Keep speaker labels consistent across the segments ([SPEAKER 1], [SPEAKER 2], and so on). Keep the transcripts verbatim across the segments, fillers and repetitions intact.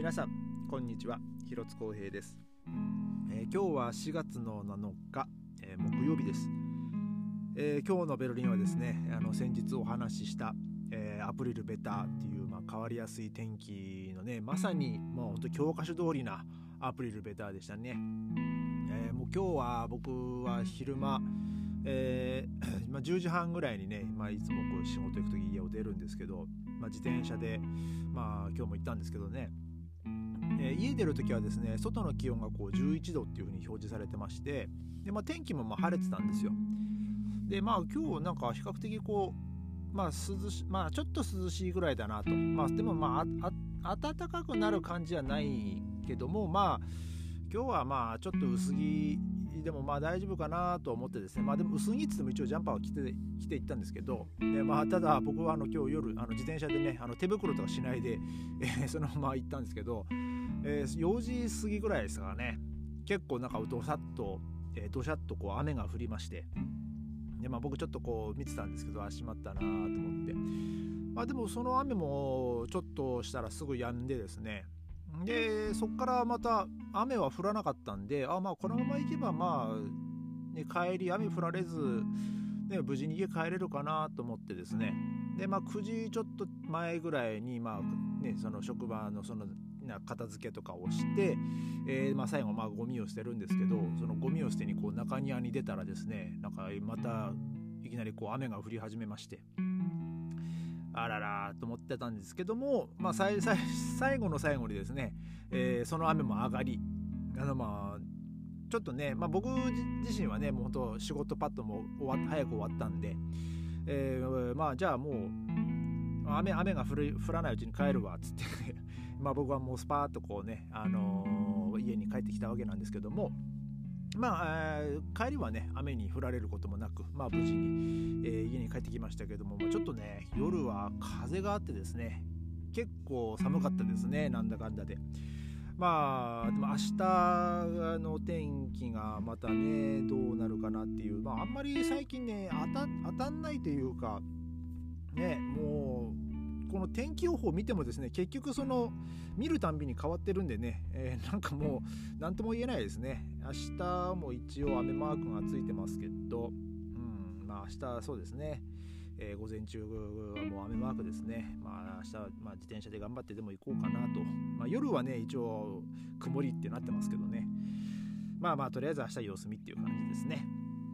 [SPEAKER 1] 皆さんこんにちは、広津光平です。えー、今日はしがつのなのか、えー、木曜日です。えー、今日のベルリンはですね、あの先日お話しした、えー、アプリルベターっていう、まあ、変わりやすい天気のね、まさにもう本当教科書通りなアプリルベターでしたね。えー、もう今日は僕は昼間、えーまあ、じゅうじはんぐらいにね、まあ、いつもこう仕事行くとき家を出るんですけど、まあ、自転車で、まあ、今日も行ったんですけどね、えー、家出るときはですね、外の気温がこうじゅういちどっていう風に表示されてまして、で、まあ、天気もまあ晴れてたんですよ。で、まあ今日なんか比較的こう、まあ涼し、まあちょっと涼しいぐらいだなと。まあでもまあ、あ、暖かくなる感じはないけども、まあ今日はまあちょっと薄着でもまあ大丈夫かなと思ってですね、まあでも薄着って言っても一応ジャンパーを着て着ていったんですけど、でまあただ僕はあの今日夜あの自転車でね、あの手袋とかしないで、えー、そのまま行ったんですけど、えー、よじ過ぎぐらいですからね、結構なんかどさっと、えー、どしゃっとこう雨が降りまして、でまあ僕ちょっとこう見てたんですけど、あしまったなと思って、まあでもその雨もちょっとしたらすぐ止んでですね、でそっからまた雨は降らなかったんで、あまあこのまま行けばまあ、ね、帰り雨降られず、ね、無事に家帰れるかなと思ってですね、でまあくじちょっと前ぐらいにまあね、その職場のその片付けとかをして、えー、まあ最後まあゴミを捨てるんですけど、そのゴミを捨てにこう中庭に出たらですね、なんかまたいきなりこう雨が降り始めまして、あららと思ってたんですけども、まあ、最, 最, 最後の最後にですね、えー、その雨も上がり、あのまあちょっとね、まあ、僕自身はねもう本当仕事パッとも終わ早く終わったんで、えー、まあじゃあもう雨雨が降る降らないうちに帰るわっつってまあ僕はもうスパーッとこうね、あのー、家に帰ってきたわけなんですけども、まあ、えー、帰りはね雨に降られることもなく、まあ無事に、えー、家に帰ってきましたけども、ちょっとね夜は風があってですね、結構寒かったですね、なんだかんだで。まあでも明日の天気がまたねどうなるかなっていう、まああんまり最近ね当た、当たんないというかね、もうこの天気予報を見てもですね、結局その見るたんびに変わってるんでね、えー、なんかもう何とも言えないですね。明日も一応雨マークがついてますけど、うん、まあ明日そうですね、えー、午前中はもう雨マークですね。まあ明日はまあ自転車で頑張ってでも行こうかなと。まあ夜はね一応曇りってなってますけどね。まあまあとりあえず明日様子見っていう感じですね。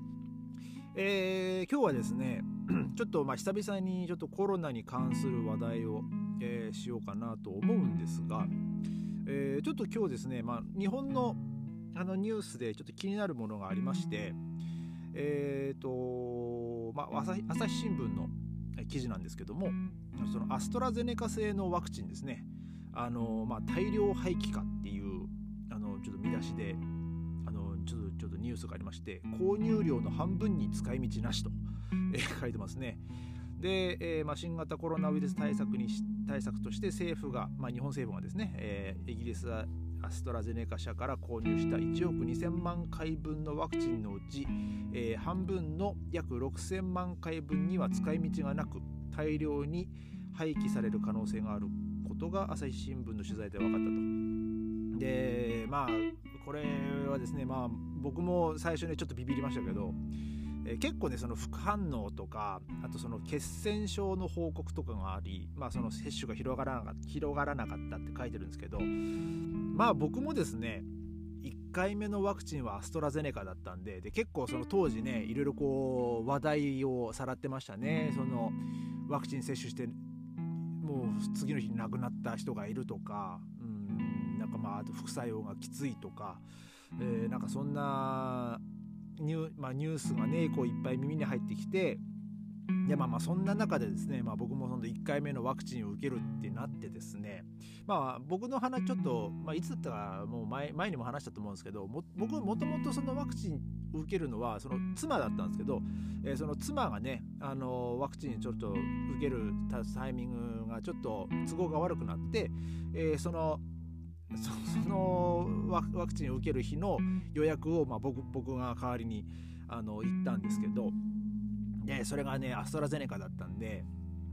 [SPEAKER 1] えー、今日はですねちょっとまあ久々にちょっとコロナに関する話題を、えー、しようかなと思うんですが、えー、ちょっと今日ですね、まあ、日本のあのニュースでちょっと気になるものがありまして、えーとまあ、朝日、朝日新聞の記事なんですけども、そのアストラゼネカ製のワクチンですね、あの、まあ、大量廃棄かっていうあのちょっと見出しであのちょっと、ちょっとニュースがありまして、購入量の半分に使い道なしと、えー、書いてますね。で、えーまあ、新型コロナウイルス対策に対策として政府が、まあ、日本政府がですね、えー、イギリスアストラゼネカ社から購入したいちおくにせんまんかいぶんのワクチンのうち、えー、半分の約ろくせんまんかいぶんには使い道がなく、大量に廃棄される可能性があることが朝日新聞の取材で分かったと。で、まあこれはですね、まあ僕も最初にちょっとビビりましたけど、えー、結構ねその副反応とか、あとその血栓症の報告とかがあり、まあその接種が広がらなかった広がらなかったって書いてるんですけど、まあ僕もですねいっかいめのワクチンはアストラゼネカだったんで、で結構その当時ねいろいろこう話題をさらってましたね。そのワクチン接種してもう次の日に亡くなった人がいるとか、うん、なんかまああと副作用がきついとか、えー、なんかそんなニュー、まあ、ニュースがねこういっぱい耳に入ってきて、いやまあまあそんな中でですね、まあ、僕もそのいっかいめのワクチンを受けるってなってですね、まあ僕の話ちょっと、まあ、いつだったかもう 前, 前にも話したと思うんですけど、も僕もともとそのワクチンを受けるのはその妻だったんですけど、えー、その妻がねあのワクチンちょっと受けるタイミングがちょっと都合が悪くなって、えー、そのそ, その ワ, ワクチンを受ける日の予約を、まあ、僕, 僕が代わりにあの行ったんですけど、でそれがねアストラゼネカだったんで、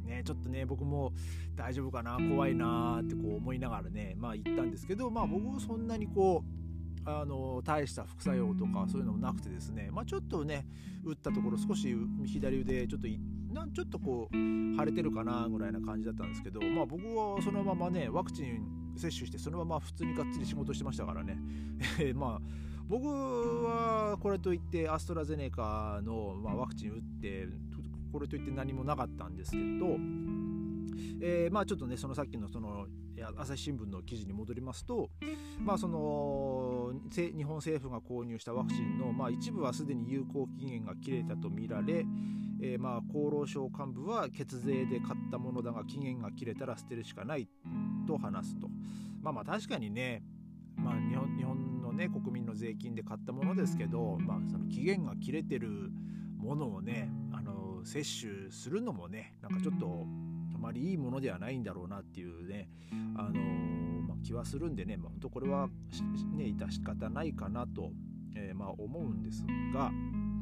[SPEAKER 1] ね、ちょっとね僕も大丈夫かな怖いなってこう思いながらねまあ行ったんですけど、まあ僕もそんなにこうあの大した副作用とかそういうのもなくてですね、まあちょっとね打ったところ少し左腕ちょっとなちょっとこう腫れてるかなぐらいな感じだったんですけど、まあ僕はそのままねワクチン接種してそのまま普通にがっつり仕事してましたからねまあ僕はこれといってアストラゼネカの、まあ、ワクチン打ってこれといって何もなかったんですけど、えー、まあちょっとねそのさっきのその朝日新聞の記事に戻りますと、まあその日本政府が購入したワクチンの、まあ、一部はすでに有効期限が切れたとみられ、えー、まあ厚労省幹部は血税で買ったものだが期限が切れたら捨てるしかないと話すと。まあまあ確かにね、まあ、日本、日本のね国民の税金で買ったものですけど、まあ、その期限が切れてるものをねあの摂取するのもねなんかちょっとあまりいいものではないんだろうなっていうねあの、まあ、気はするんでね、まあ、本当これはね致し方ないかなと、えー、まあ思うんですが、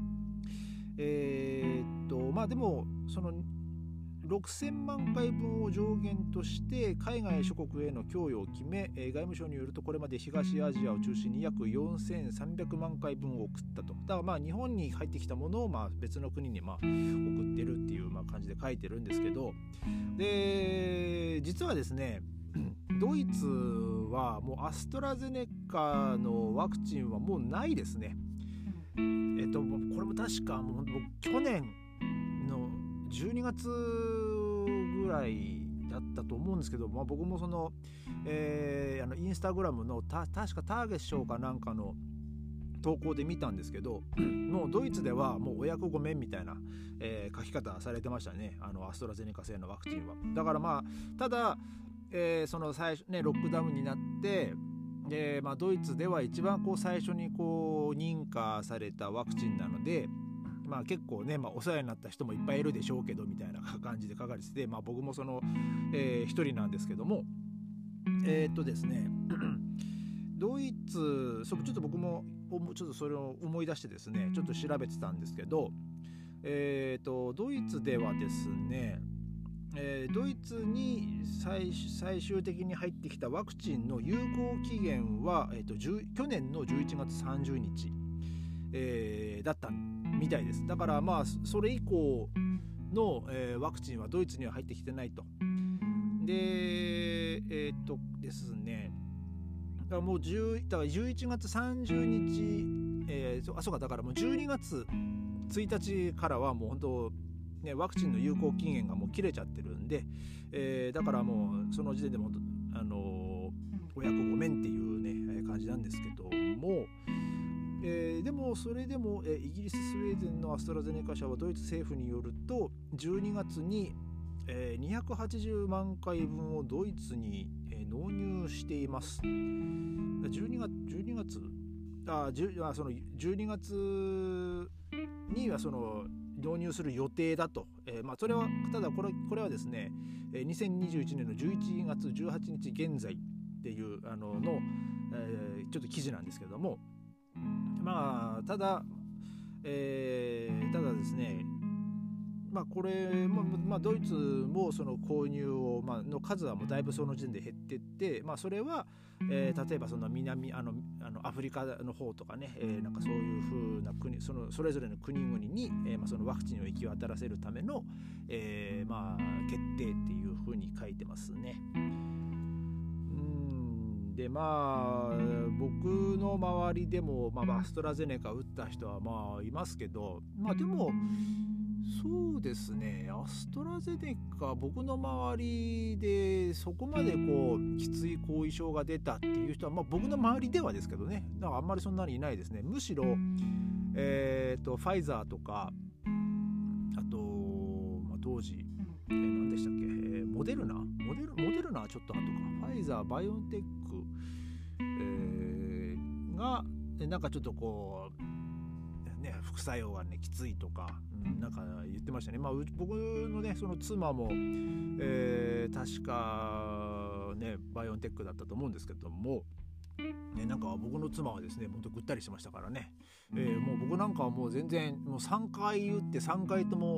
[SPEAKER 1] えー、っとまあでもそのろくせんまんかいぶんを上限として海外諸国への供与を決め、外務省によるとこれまで東アジアを中心に約よんせんさんびゃくまんかいぶんを送ったと。だからまあ日本に入ってきたものをまあ別の国にまあ送ってるっていうまあ感じで書いてるんですけど、で実はですねドイツはもうアストラゼネカのワクチンはもうないですね。えっとこれも確かもう去年のじゅうにがつぐらいだったと思うんですけど、まあ、僕もその、えー、あのインスタグラムのた確かターゲッショーかなんかの投稿で見たんですけどもうドイツではもうお役御免みたいな、えー、書き方されてましたね、あのアストラゼネカ製のワクチンは。だからまあただ、えー、その最初ねロックダウンになってで、まあ、ドイツでは一番こう最初にこう認可されたワクチンなので、まあ、結構ね、まあ、お世話になった人もいっぱいいるでしょうけどみたいな感じで書かれてて、まあ、僕もその、えー、一人なんですけどもえー、っとですねドイツそうちょっと僕もちょっとそれを思い出してですねちょっと調べてたんですけど、えー、っとドイツではですね、えー、ドイツに 最, 最終的に入ってきたワクチンの有効期限は、えー、っと去年のじゅういちがつさんじゅうにち、えー、だったみたいです。だからまあそれ以降の、えー、ワクチンはドイツには入ってきてないと。でえー、っとですねだからもう10だからじゅういちがつさんじゅうにち、えー、あそうかだからもうじゅうにがつついたちからはもう本当ねワクチンの有効期限がもう切れちゃってるんで、えー、だからもうその時点でもあのー、お役御免っていうね感じなんですけども。えー、でもそれでも、えー、イギリススウェーデンのアストラゼネカ社はドイツ政府によるとじゅうにがつに、えー、にひゃくはちじゅうまんかいぶんをドイツに、えー、納入しています。じゅうにがつじゅうにがつあじゅあそのじゅうにがつにはその導入する予定だと、えーまあ、それはただこれこれはですねにせんにじゅういちねんのじゅういちがつじゅうはちにち現在っていうあのの、えー、ちょっと記事なんですけども、まあただ、えー、ただですねまあこれも、まあ、ドイツもその購入を、まあの数はもうだいぶその時点で減ってって、まあ、それは、えー、例えばその南あのあのアフリカの方とかね、えー、なんかそういう風な国そのそれぞれの国々に、えーまあ、そのワクチンを行き渡らせるための、えーまあ、決定っていう風に書いてますね。でまあ僕の周りでも、まあ、アストラゼネカ打った人はまあいますけど、まあでもそうですねアストラゼネカ僕の周りでそこまでこうきつい後遺症が出たっていう人は、まあ、僕の周りではですけどねだからあんまりそんなにいないですね。むしろ、えー、とファイザーとかあと、まあ、当時、えー、何でしたっけ、えー、モデルナモデルモデルナはちょっと後かファイザーバイオンテックえー、がなんかちょっとこう、ね、副作用がねきついとか、うん、なんか言ってましたね。まあ僕のねその妻も、えー、確かねバイオンテックだったと思うんですけども、ね、なんか僕の妻はですね本当ぐったりしてましたからね、えー、もう僕なんかはもう全然もうさんかい打ってさんかいとも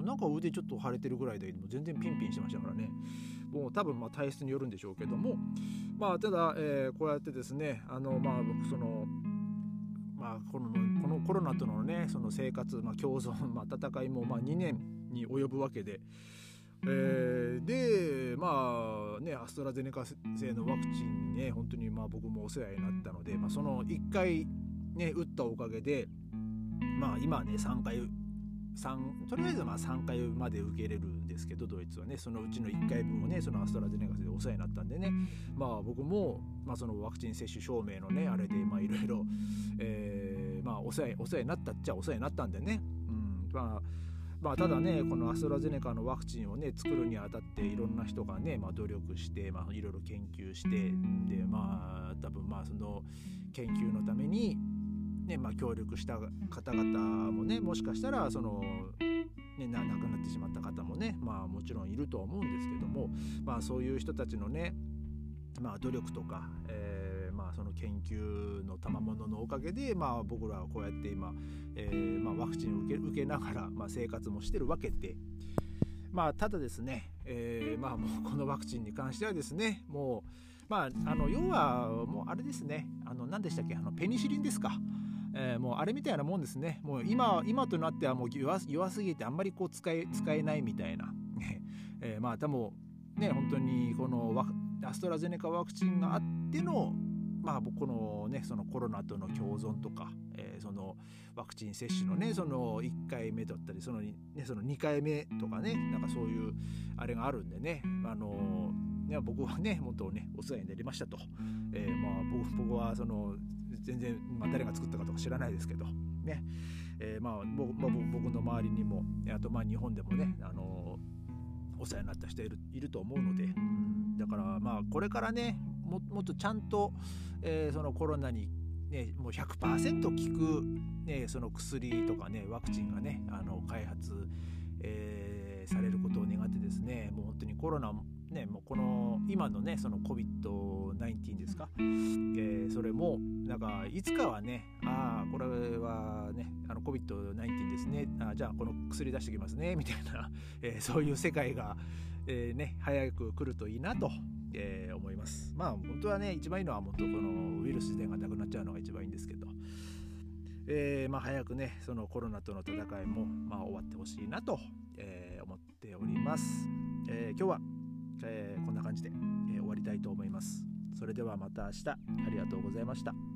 [SPEAKER 1] なんか腕ちょっと腫れてるぐらいでもう全然ピンピンしてましたからね。もう多分まあ体質によるんでしょうけども、まあただ、えー、こうやってですね、あのまあ僕そのまあこのこのコロナとのねその生活、まあ、共存、まあ、戦いもまあにねんに及ぶわけで、えー、でまあねアストラゼネカ製のワクチンにね本当にまあ僕もお世話になったので、まあ、そのいっかいね打ったおかげでまあ今はねさんかいさんとりあえずまあさんかいまで受けれるんですけど、ドイツはねそのうちのいっかいぶんをねそのアストラゼネカ製でお世話になったんでね、まあ僕もまあそのワクチン接種証明のねあれでまあいろいろまあお世話お世話になったっちゃお世話になったんでね、うんまあまあ、ただねこのアストラゼネカのワクチンをね作るにあたっていろんな人がね、まあ、努力して、まあ、いろいろ研究してでまあ多分まあその研究のためにねまあ協力した方々もねもしかしたらそのねな亡くなってしまった方もねまあもちろんいるとは思うんですけども、まあそういう人たちのねまあ努力とか、えー、まあその研究の賜物のおかげでまあ僕らはこうやって今、えー、まあワクチンを受け、受けながらまあ生活もしてるわけで、まあただですね、えー、まあもうこのワクチンに関してはですねもうまああの要はもうあれですね、あの何でしたっけ、あのペニシリンですか。えー、もうあれみたいなもんですね。もう 今, 今となってはもう 弱, 弱すぎてあんまりこう使え使えないみたいな、えー、まあでもね本当にこのワアストラゼネカワクチンがあってのまあこのねそのコロナとの共存とか、えー、そのワクチン接種のねそのいっかいめだったりその、ね、そのにかいめとかねなんかそういうあれがあるんでね、あのー、ね僕はね本当ねお世話になりましたと、えー、まあ 僕, 僕はその全然、まあ、誰が作ったかとか知らないですけどね、えー、まあ 僕, まあ僕の周りにもあとまあ日本でもね、あのー、お世話になった人いるいると思うので、うん、だからまあこれからね も, もっとちゃんと、えー、そのコロナに、ね、もう ひゃくパーセント 効く、ね、その薬とかねワクチンがねあの開発、えー、されることを願ってですね、もう本当にコロナね、もうこの今のねその コビッドナインティーン ですか、えー、それもなんかいつかはねああこれはねあの コビッドナインティーン ですね、あじゃあこの薬出してきますねみたいな、えー、そういう世界が、えー、ね早く来るといいなと、えー、思います。まあ本当はね一番いいのは本当このウイルス自体がなくなっちゃうのが一番いいんですけど、えー、まあ早くねそのコロナとの戦いもまあ終わってほしいなと、えー、思っております。えー、今日はえー、こんな感じで、えー、終わりたいと思います。それではまた明日、ありがとうございました。